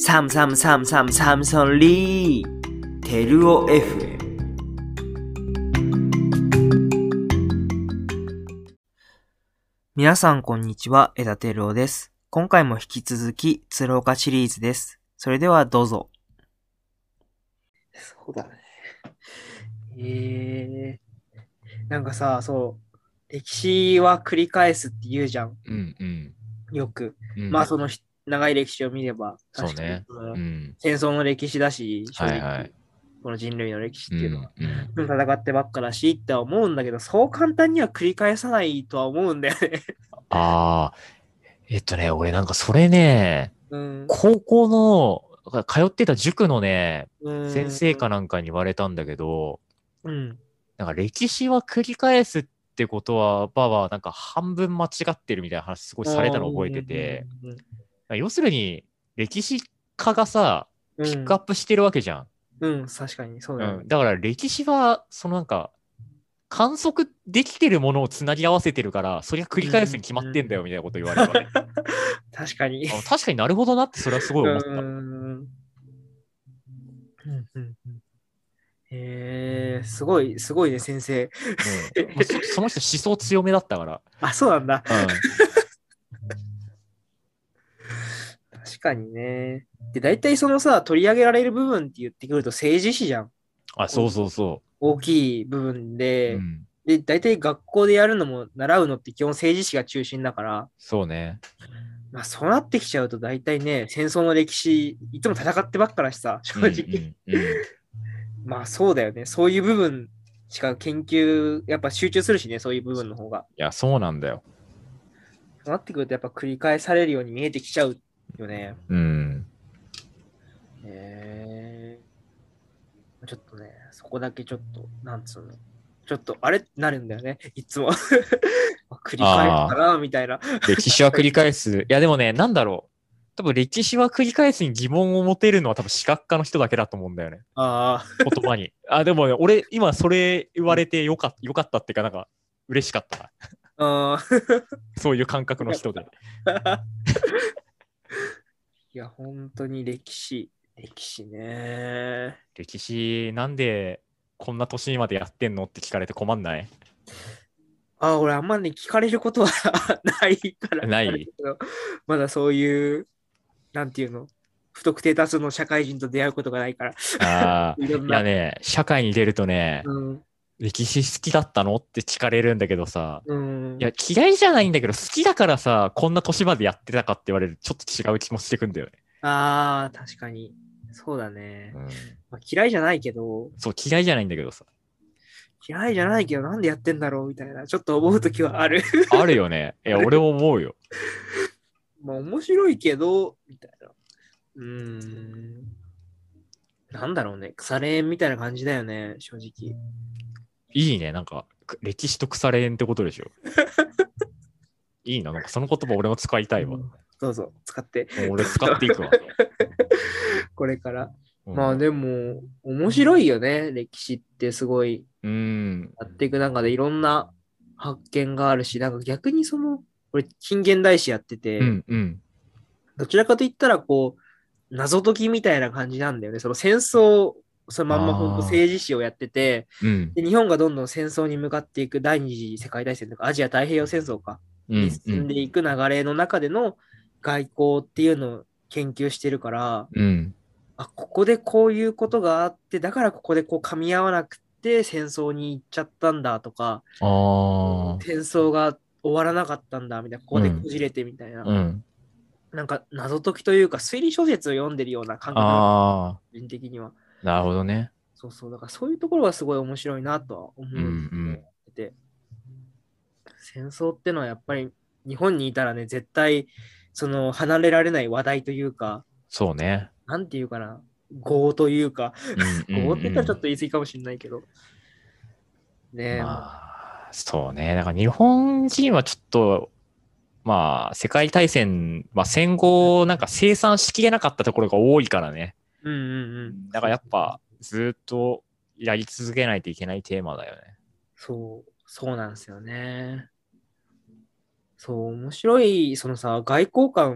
サムサムサムサムサムソンリーテルオ FM。 皆さんこんにちは、枝テルオです。今回も引き続き鶴岡シリーズです。それではどうぞ。そうだね。なんかさ、歴史は繰り返すって言うじゃん。 うんうん。 よく。 うん、 まあ長い歴史を見れば、 そうね。 確かにうん。 戦争の歴史だし、正直、 はいはい。 この人類の歴史うっていうのは、 んうん。 戦ってばっかだしっては思うんだけど、そう簡単には繰り返さないとは思うんだよね。 ああ、俺なんかそれね、 うん。 高校の、通ってた塾のね、 うん。 先生かなんかに言われたんだけど、 うん。 なんか歴史は繰り返すってことは、ババはなんか半分間違ってるみたいな話すごいされたの覚えてて、要するに歴史家がさ、ピックアップしてるわけじゃん。 うん。確かに、そうだよね。 うん。だから歴史は、なんか、観測できてるものをつなぎ合わせてるから、そりゃ繰り返すに決まってんだよみたいなこと言われた。 確かに。 確かになるほどなってそれはすごいう思った。 ん。すごいね、先生。 うん。まあ、その人思想強めだったから。 あ、そうなんだ。 うん。 確かにね。で、大体取り上げられる部分って言ってくると政治史じゃん。 あ、そうそうそ大きい部分う。うで、 ん。 大体学校でやるのも習うのって基本政治史が中心だから、 そうね。 まあそうなってきちゃうと大体ね、戦争の歴史、いつも戦ってばっかだしさ、正うんう直。 んうん。 まあそうだよね。そういう部分しか研究、やっぱ集中するしね、そういう部分の方が。 いや、そうなんだよ。 そうなってくるとやっぱ繰り返されるように見えてきちゃうよね。 うん。 ちょっとね、そこだけちょっと、なんつうの。ちょっと、あれってなるんだよね。いつも繰り返すかああ、 なみたいな。 歴史は繰り返す。いや、でもね、なんだろう。多分歴史は繰り返すに疑問を持てるのは多分史学科の人だけだと思うんだよね。 あ言葉に。あ、でもね、俺、今それ言われてよかったっていうか、なんか、嬉しかったな。 あ、 そういう感覚の人で。 いや、本当に歴史ね。 歴史、なんでこんな年までやってんのって聞かれて困んない？ 俺あんまね、聞かれることはないから、 ない。 あれだけど、まだそういう、なんていうの、不特定多数の社会人と出会うことがないから、 ああ、 いろんな、 いやね、社会に出るとね、 うん、 歴史好きだったのって聞かれるんだけどさ、 うん、 いや、嫌いじゃないんだけど、好きだからさ、こんな年までやってたかって言われるとちょっと違う気もしてくんだよね。 確かに。そうだね。 うん。 まあ、嫌いじゃないけど、 そう、嫌いじゃないんだけどさ。 なんでやってんだろうみたいな、ちょっと思うときはある。 あるよね。いや、俺も思うよ。 まあ面白いけど、みたいな。なんだろうね。腐れ縁みたいな感じだよね、正直。 いいね、なんか、歴史と腐れ縁ってことでしょ。いいな、なんかその言葉俺も使いたいわ。 どうぞ、使って。 もう俺使っていくわ。 これから。 うん。 まあでも、面白いよね、歴史ってすごい。 うーん。 やっていく中でいろんな発見があるし、なんか逆に俺、近現代史やってて、 うんうん。 どちらかといったら、謎解きみたいな感じなんだよね。その戦争、そのまんま本当ああ。 政治史をやってて、 うん。 で、日本がどんどん戦争に向かっていく第二次世界大戦とかアジア太平洋戦争かにうんうん。 進んでいく流れの中での外交っていうのを研究してるから、 うん。 ここでこういうことがあって、だからここで噛み合わなくて戦争に行っちゃったんだとか、 ああ。 戦争が終わらなかったんだみたいな、ここでこうん。 じれてみたいな。 うん。 なんか謎解きというか推理小説を読んでるような感覚なの、個ああ。 人的には。 なるほどね。 そうそう、だからそういうところがすごい面白いなとは思うんうう。 ん。 で、戦争ってのはやっぱり日本にいたらね、絶対離れられない話題というか、 そうね。 なんていうかな、業というか、 うんうん業って言ったらちょっうん。 と言い過ぎかもしれないけど、ね、 まあ、そうね。だから日本人はちょっと、まあ、世界大戦、まあ戦後、なんか生産しきれなかったところが多いからね。 うんうんうん。 だからやっぱ、ずっとやり続けないといけないテーマだよね。 そうなんですよね。そう、面白い、外交官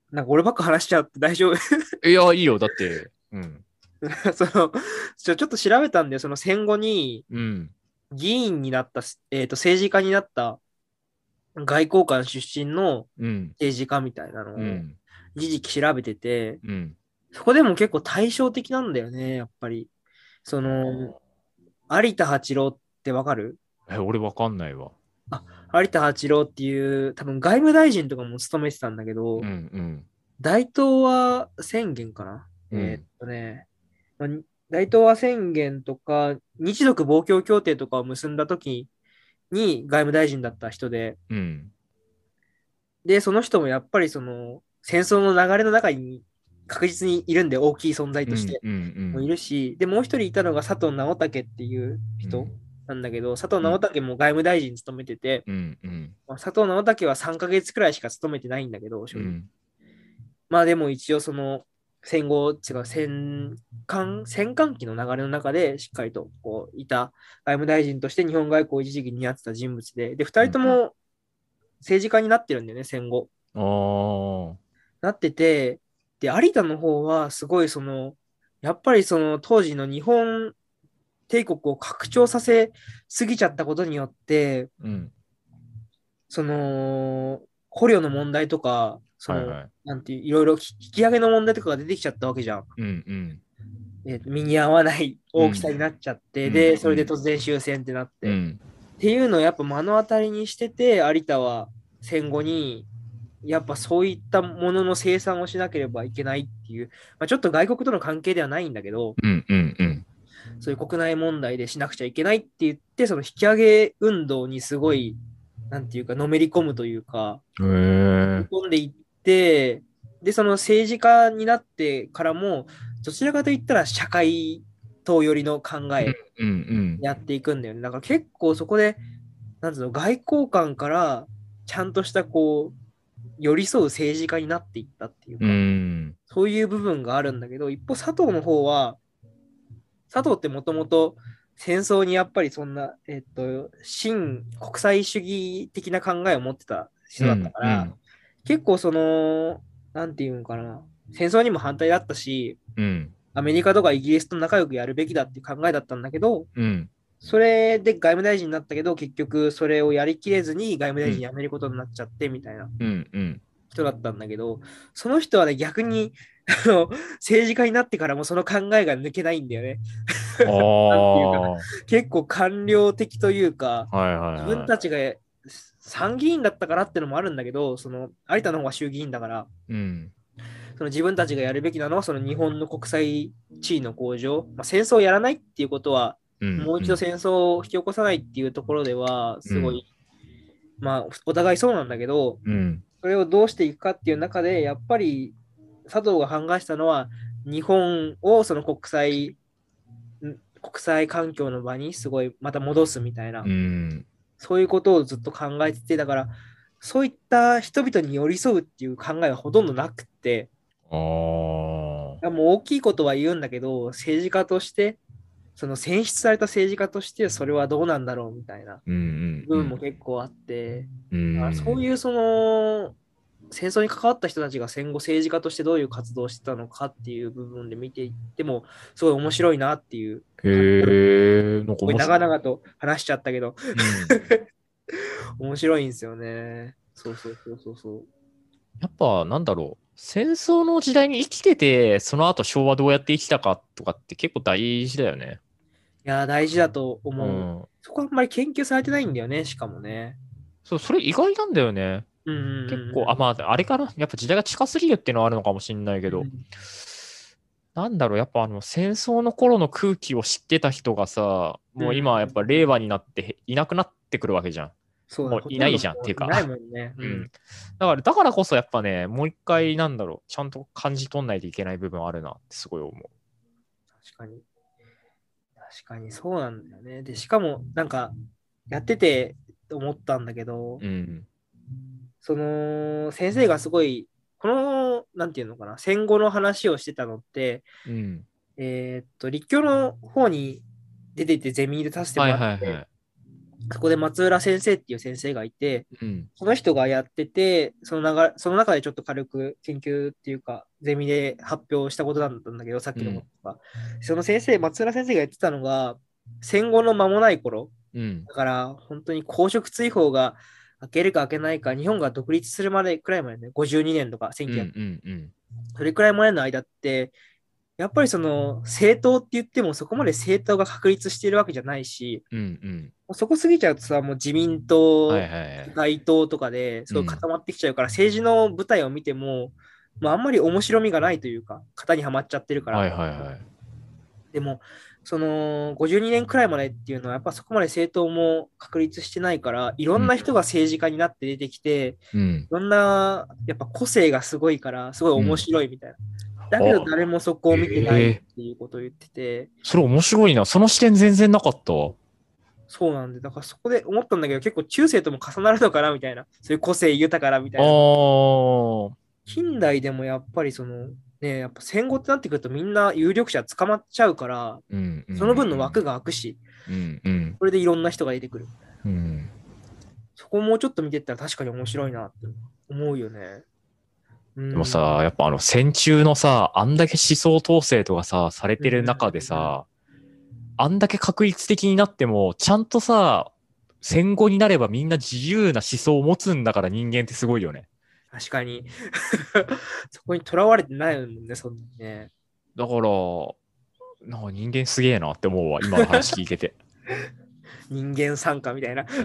なんか俺ばっか話しちゃって大丈夫？ いや、いいよ。だって、 そのちょっと調べたんで、その戦後にうん、 議員になった、政治家になった外交官出身のうん、 政治家みたいなのをうん、 一時期調べてて、 うん。 そこでも結構対照的なんだよね、やっぱり。その、有田八郎ってわかる？ 俺わかんないわ。 あ、有田八郎っていう、多分外務大臣とかも務めてたんだけうん、 ど、 うん、 大東亜宣言かな。 うん、 まあ大東亜宣言とか、日独防共協定とかを結んだ時に外務大臣だった人で、 うん、 で、その人もやっぱりその戦争の流れの中に確実にいるんで、大きい存在うん、 としてうん、うもいん、 るし、で、もう一人いたのが佐藤直武っていう人うん、 なんだけど、佐藤うん、 直武も外務大臣務めてて、 うん、うん、 まあ、佐藤直武は3ヶ月くらいしか務めてないんだけど、正直。 うん、 まあでも一応その戦後、違う、戦艦期の流れの中でしっかりとこういた外務大臣として日本外交を一時期にやってた人物で、で、二うん。 人とも政治家になってるんだよね、戦後。 ああ、 なってて、で、有田の方はすごいその、やっぱりその当時の日本帝国を拡張させすぎちゃったことによって、 うん。 その、捕虜の問題とか、その、 はいはい。 なんていう、いろいろ引き上げの問題とかが出てきちゃったわけじゃん。 うん、うん、 身に合わないうん、 大きさになっちゃって、 うん、 で、それでうん、 突然終戦ってなって。 うん、 っていうのをやっぱ目の当たりにしてて、有田は戦後に、やっぱそういったものの生産をしなければいけないっていう、まあ、ちょっと外国との関係ではないんだけど、 うん、うん、うん。 そういう国内問題でしなくちゃいけないって言って、その引き上げ運動にすごい、なんていうか、のめり込むというか、 へえ。 込んでいって、で、その政治家になってからも、どちらかといったら社会党寄りの考えうん、うん、 やっていくんだよね。だから結構そこで、なんつうの、外交官からちゃんとしたこう、寄り添う政治家になっていったっていううん、うか、 ん、 そういう部分があるんだけど、一方佐藤の方は、佐藤ってもともと戦争にやっぱりそんな、新国際主義的な考えを持ってた人だったうん、 から、 うん、 結構その、なんていうんかな、戦争にも反対だったし、 うん、 アメリカとかイギリスと仲良くやるべきだっていう考えだったんだけど、 うん、 それで外務大臣になったけど、結局それをやりきれずに外務大臣うん、 辞めることになっちゃってみたいなうん、うん。 人だったんだけど、その人はね、逆にあの政治家になってからもその考えが抜けないんだよね。 あなんていうか、 あ、は結構官僚的というか、 いはい自分はたちが参議院だったからってのもあるんだけど、その有田の方が衆議院だから、 い。うん、 その自分たちがやるべきなのは、その日本の国際地位の向上、まあ、戦争をやらないっていうことは、 うん、 もううん、 一度戦争を引き起こさないっていうところでは、 うん、 すごい、まあ、お互いそうなんだけど、 うん、 それをどうしていくかっていう中で、やっぱり佐藤が考えしたのは、日本をその国際環境の場にすごいまた戻すみたいな、 うん。 そういうことをずっと考えてて、だから、そういった人々に寄り添うっていう考えはほとんどなくって、 ああ、 もう大きいことは言うんだけど、政治家として、その選出された政治家として、それはどうなんだろうみたいなうん、 部分もうん、 結構あって、 うん、 そういうその、戦争に関わった人たちが戦後政治家としてどういう活動をしてたのかっていう部分で見ていっても、すごい面白いなっていう感じ。すへえ、なんかごい面白い。 長々と話しちゃったけど、 うん。 面白いんですよね。そうそうそうそうそう。 やっぱ、なんだろう。戦争の時代に生きてて、その後昭和どうやって生きたかとかって結構大事だよね。 いやー、大事だと思う。 うん。 そこはあんまり研究されてないんだよね、しかもね。 そう、それ意外なんだよね。 うんうん結構、 うんまあ、あれかな。やっぱ時代が近すぎるっていうのはあるのかもしれないけど、 うん。 なんだろう、やっぱ戦争の頃の空気を知ってた人がさ、 うんうんもう今やっぱ令和になっていなくなってくるわけじゃん。 そうだ、 もうほとんどいないじゃんっもういないていうか。 もんね。ううん。 ん。 だからこそやっぱね、もう一回なんだろう、ちゃんと感じ取んないといけない部分あるなってすごい思う。 確かに。確かにそうなんだよね。で、しかも、なんか、やってて思ったんだけど、 うん。 その、先生がすごい、この、なんていうのかな、戦後の話をしてたのって、 うん。 立教の方に出ててゼミでさせてもはいらって、 はいはい。 そこで松浦先生っていう先生がいて、 うん。 その人がやってて、その中でちょっと軽く研究っていうか、ゼミで発表したことだったんだけど、さっきのことが。その先生、松浦先生が言ってたのが、戦後の間もない頃、 うん。 だから本当に公職追放が開けるか開けないか、日本が独立するまでくらいまでね、52年とかうん。う 1900、 ん。うん。 それくらい前の間って、やっぱりその政党って言ってもそこまで政党が確立しているわけじゃないし、 うん。うん。 そこ過ぎちゃうとさ、もう自民はい党、 はいはい。 街党とかで、 うん。 そう固まってきちゃうから、政治の舞台を見ても、まあ、あんまり面白みがないというか、型にはまっちゃってるから。 はいはいはい。 でも、その52年くらいまでっていうのは、やっぱそこまで政党も確立してないから、いろうん。 んな人が政治家になって出てきて、 うん。 いろんな、やっぱ個性がすごいから、すごい面うん。 白いみたいな。だけどあ、 誰もそこを見てないっへえ。 ていうことを言ってて、 それ面白いな。その視点全然なかったわ。 そうなんで、だからそこで思ったんだけど、結構中世とも重なるのかなみたいな、そういう個性豊かなみたあいな。 あ。 近代でもやっぱりその、ね、やっぱ戦後ってなってくるとみんな有力者捕まっちゃうから、 うんうその分の枠んが空くし、 うん。うんうん。 それでいろんな人が出てくる。 うん。 そこをもうちょっと見ていったら確かに面白いなって思うよね。うん。 でもさ、やっぱ戦中のさ、あんだけ思想統制とかさ、されうんうんてる中でうんうん。 さ、あんだけ確率的になっても、ちゃんとさ、戦後になればみんな自由な思想を持つんだから人間ってすごいよね。 確かに。そこにとらわれてないもんね、そんなにね。 だから、なんか人間すげえなって思うわ、今の話聞いてて。 人間参加みたいな。 うん。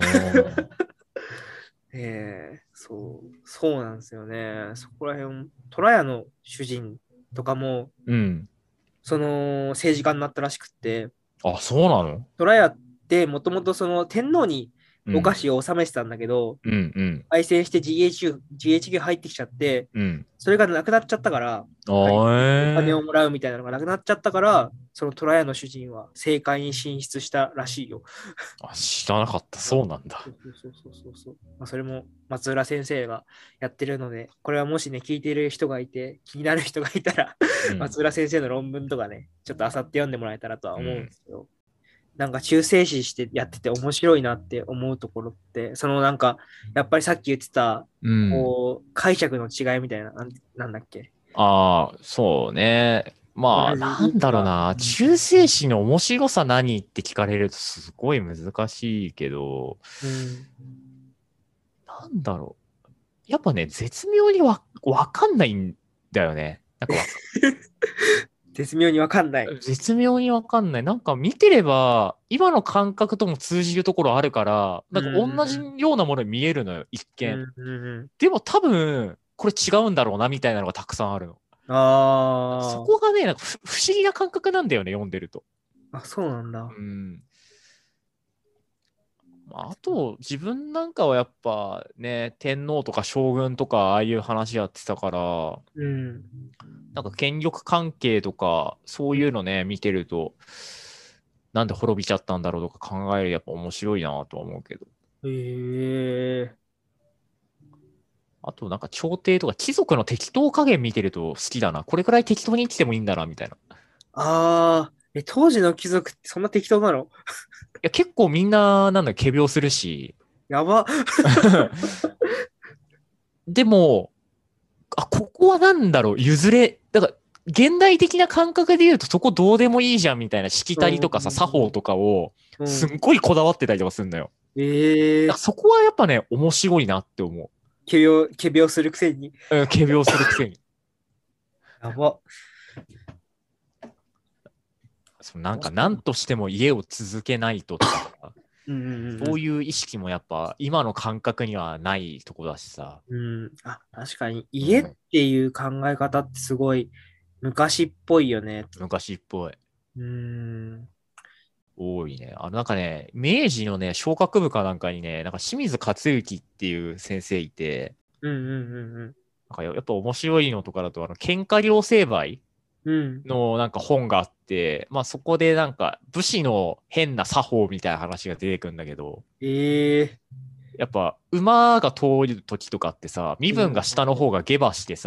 そうなんですよね。そこら辺、虎屋の主人とかも、 うん。 その政治家になったらしくって、 あ、そうなの？ 虎屋ってもともとその天皇にお菓うん。 子を納めてたんだけど、 うんうん。 敗戦して GHQ 入ってきちゃって、 うん。 それがなくなっちゃったから、 あお金をえもらうみたいなのがなくなっちゃったから、その虎屋の主人は政界に進出したらしいよ。 あ、知らなかった。そうなんだ。 そう。まあ、それも松浦先生がやってるので、これはもしね、聞いてる人がいて、気になる人がいたら、 うん。 松浦先生の論文とかね、ちょっと漁って読んでもらえたらとは思うんでうん。 すけど、なんか中世史してやってて面白いなって思うところって、そのなんか、やっぱりさっき言ってた、 うん。 こう、解釈の違いみたいな、なんだっけ。 ああ、そうね。まあ、 同じなん意味が、 だろうな。中世史の面白さ何って聞かれるとすごい難しいけど、 うん。 なんだろう。やっぱね、絶妙にわかんないんだよね。なんか絶妙にわかんない。 絶妙にわかんない。なんか見てれば、今の感覚とも通じるところあるから、 うなんか同じん。 ようなものに見えるのよ、一見。 うん。うん。 でも多分、これ違うんだろうな、みたいなのがたくさんあるの。そあこがね、なんか不思議な感覚なんだよね、読んでると。 あ。あ、そうなんだ。 うん。あと、自分なんかはやっぱね、天皇とか将軍とか、ああいう話やってたから、 うん。 なんか権力関係とか、そういうのね、見てると、なんで滅びちゃったんだろうとか考えるやっぱ面白いなとは思うけど。 へえ。 あと、なんか朝廷とか貴族の適当加減見てると好きだな。これくらい適当に生きてもいいんだな、みたいな。いああ。当時の貴族ってそんな適当なの？ や、結構みんな、なんだ、仮病するし。 やば。 でも、あ、ここはなんだろう、譲れ、だから、現代的な感覚で言うとそこどうでもいいじゃんみたいなしきたりとかさ、作法とかをすっうん。 ごいこだわってたりとかするんだよ。だからええ。 そこはやっぱね、面白いなって思仮病するくせに。 う。うん、仮病するくせに。 やば。 なんか何としても家を続けないととかさ、そううん。 いう意識もやっぱ今の感覚にはないとこだしさ。 うん。あ、確かに家っうん、 ていう考え方ってすごい昔っぽいよね。 昔っぽい。 うん。 多いね。なんかね、明治のね、小学部かなんかにね、なんか清水克行っていう先生いて、 うん。 なんかやっぱ面白いのとかだと、喧嘩両成敗うん。 のなんか本があって、まあそこでなんか武士の変な作法みたいな話が出てくるんだけど、 ええ。 やっぱ馬が通る時とかってさ、身分が下の方が下馬してさ、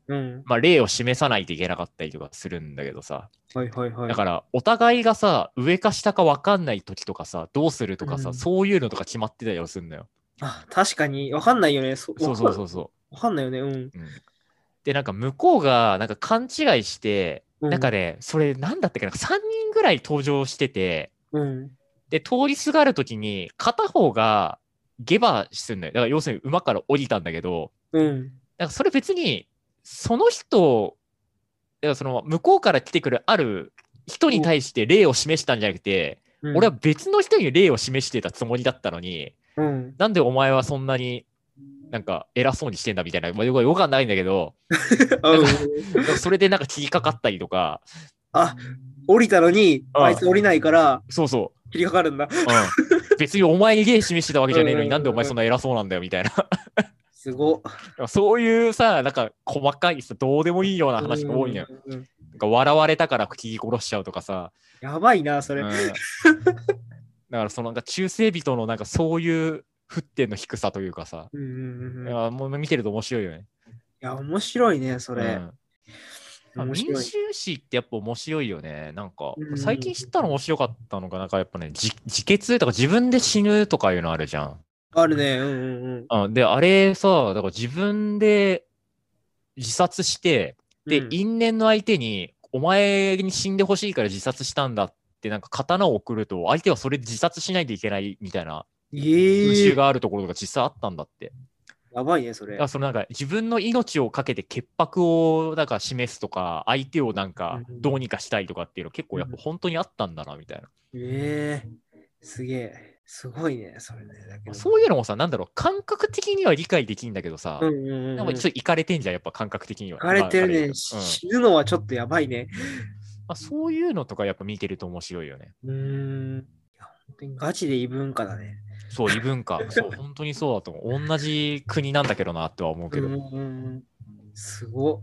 うん。 まあ、例を示さないといけなかったりとかするんだけどさ。 はいはいはい。 だから、お互いがさ、上か下か分かんない時とかさ、どうするとかさ、 うん、 そういうのとか決まってたりするんだよ。 あ、確かに、わかんないよね。 そうそうそうそわかんないよね。うん。 う。うん、で、なんか向こうが、なんか勘違いして、 うん。 なんかね、それなんだったっけな、3人ぐらい登場してて、 うん。 で、通りすがるときに、片方が下馬するんだよ。だから要するに馬から降りたんだけど、 うん。 なんかそれ別に、その人、だからその向こうから来てくるある人に対して例を示したんじゃなくて、 うん。 俺は別の人に例を示してたつもりだったのに、 うん。 なんでお前はそんなになんか偉そうにしてんだみたいな、まあ、よくわかんないんだけど、なんか、 うん。 それでなんか切りかかったりとか、 あ、降りたのに、あいつ降りないから、 そうそ切りかかるんだ。 う、別にお前に例示してたわけじゃねえのに、なんでお前うん。 そんな偉そうなんだよみたいな。 すご。 そういうさ、なんか細かいさ、どうでもいいような話が多いのよ。なんか笑われたから聞き殺しちゃうとかさ、 やばいな、それ。 だからそのなんか中世人のなんかそういう沸点の低さというかさ、いやもう見てると面白いよね。 いや、面白いね、それ。 民面白い。 衆史ってやっぱ面白いよね。なんかうん。 最近知ったの面白かったのが、なんかやっぱね、自決とか自分で死ぬとかいうのあるじゃん。 あるね。うんで、あれさ、だから自分で自殺して、で、 うん。 因縁の相手に、お前に死んでほしいから自殺したんだって、なんか刀を送ると、相手はそれで自殺しないといけないみたいな風習があるところが実際あったんだって。 やばいね、それ。 だからそのなんか自分の命をかけて潔白をなんか示すとか、相手をなんかどうにかしたいとかっていうの結構やっぱ本当にあったんだなみたいな。 ええ、すげえ。すごいね、それね。だけど。 そういうのもさ、なんだろう、感覚的には理解できんだけどさ、なんかちょっとうん。 いかれてんじゃん、やっぱ感覚的には。 浮かれ今てるね。 から言うと。 死ぬのはちょっとやばいね。 まあ、そういうのとかやっぱ見てると面白いよね。 いや、本当にガチで異文化だね。 そう、異文化。そう、本当にそうだと思う。同じ国なんだけどなっては思うけど。 すご。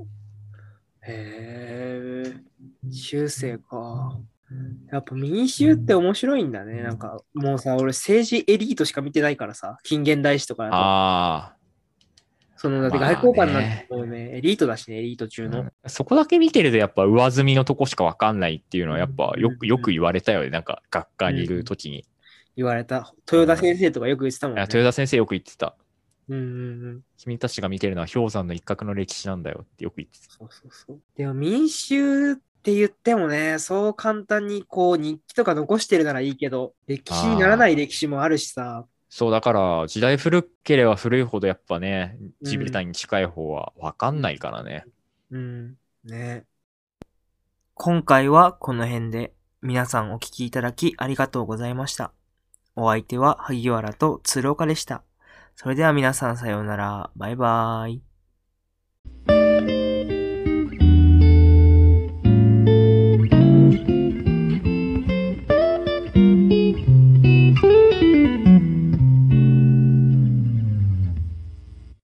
へえ。中世か。やっぱ民衆って面白いんだね。なんかもうさ、俺政治エリートしか見てないからさ、近現代史とかだと。 ああ、 だって外まあ交官なんてね。 もうね、エリートだしね、エリート中の。 そこだけ見てるとやっぱ上積みのとこしかわかんないっていうのはやっぱよくうん言われたよね。なんか学科にいるときに。 言われた。豊田先生とかよく言ってたもんね。 豊田先生よく言ってた。 うんうんうん。 君たちが見てるのは氷山の一角の歴史なんだよってよく言ってた。 そうそうそう。でも民衆って言ってもね、そう簡単にこう日記とか残してるならいいけど、歴史にならない歴史もあるしさ。 そう、だから時代古ければ古いほどやっぱね、地べたうん。 に近い方はわかんないからね。 うん。ね。今回はこの辺で皆さんお聞きいただきありがとうございました。お相手は萩原と鶴岡でした。それでは皆さんさようなら。バイバーイ。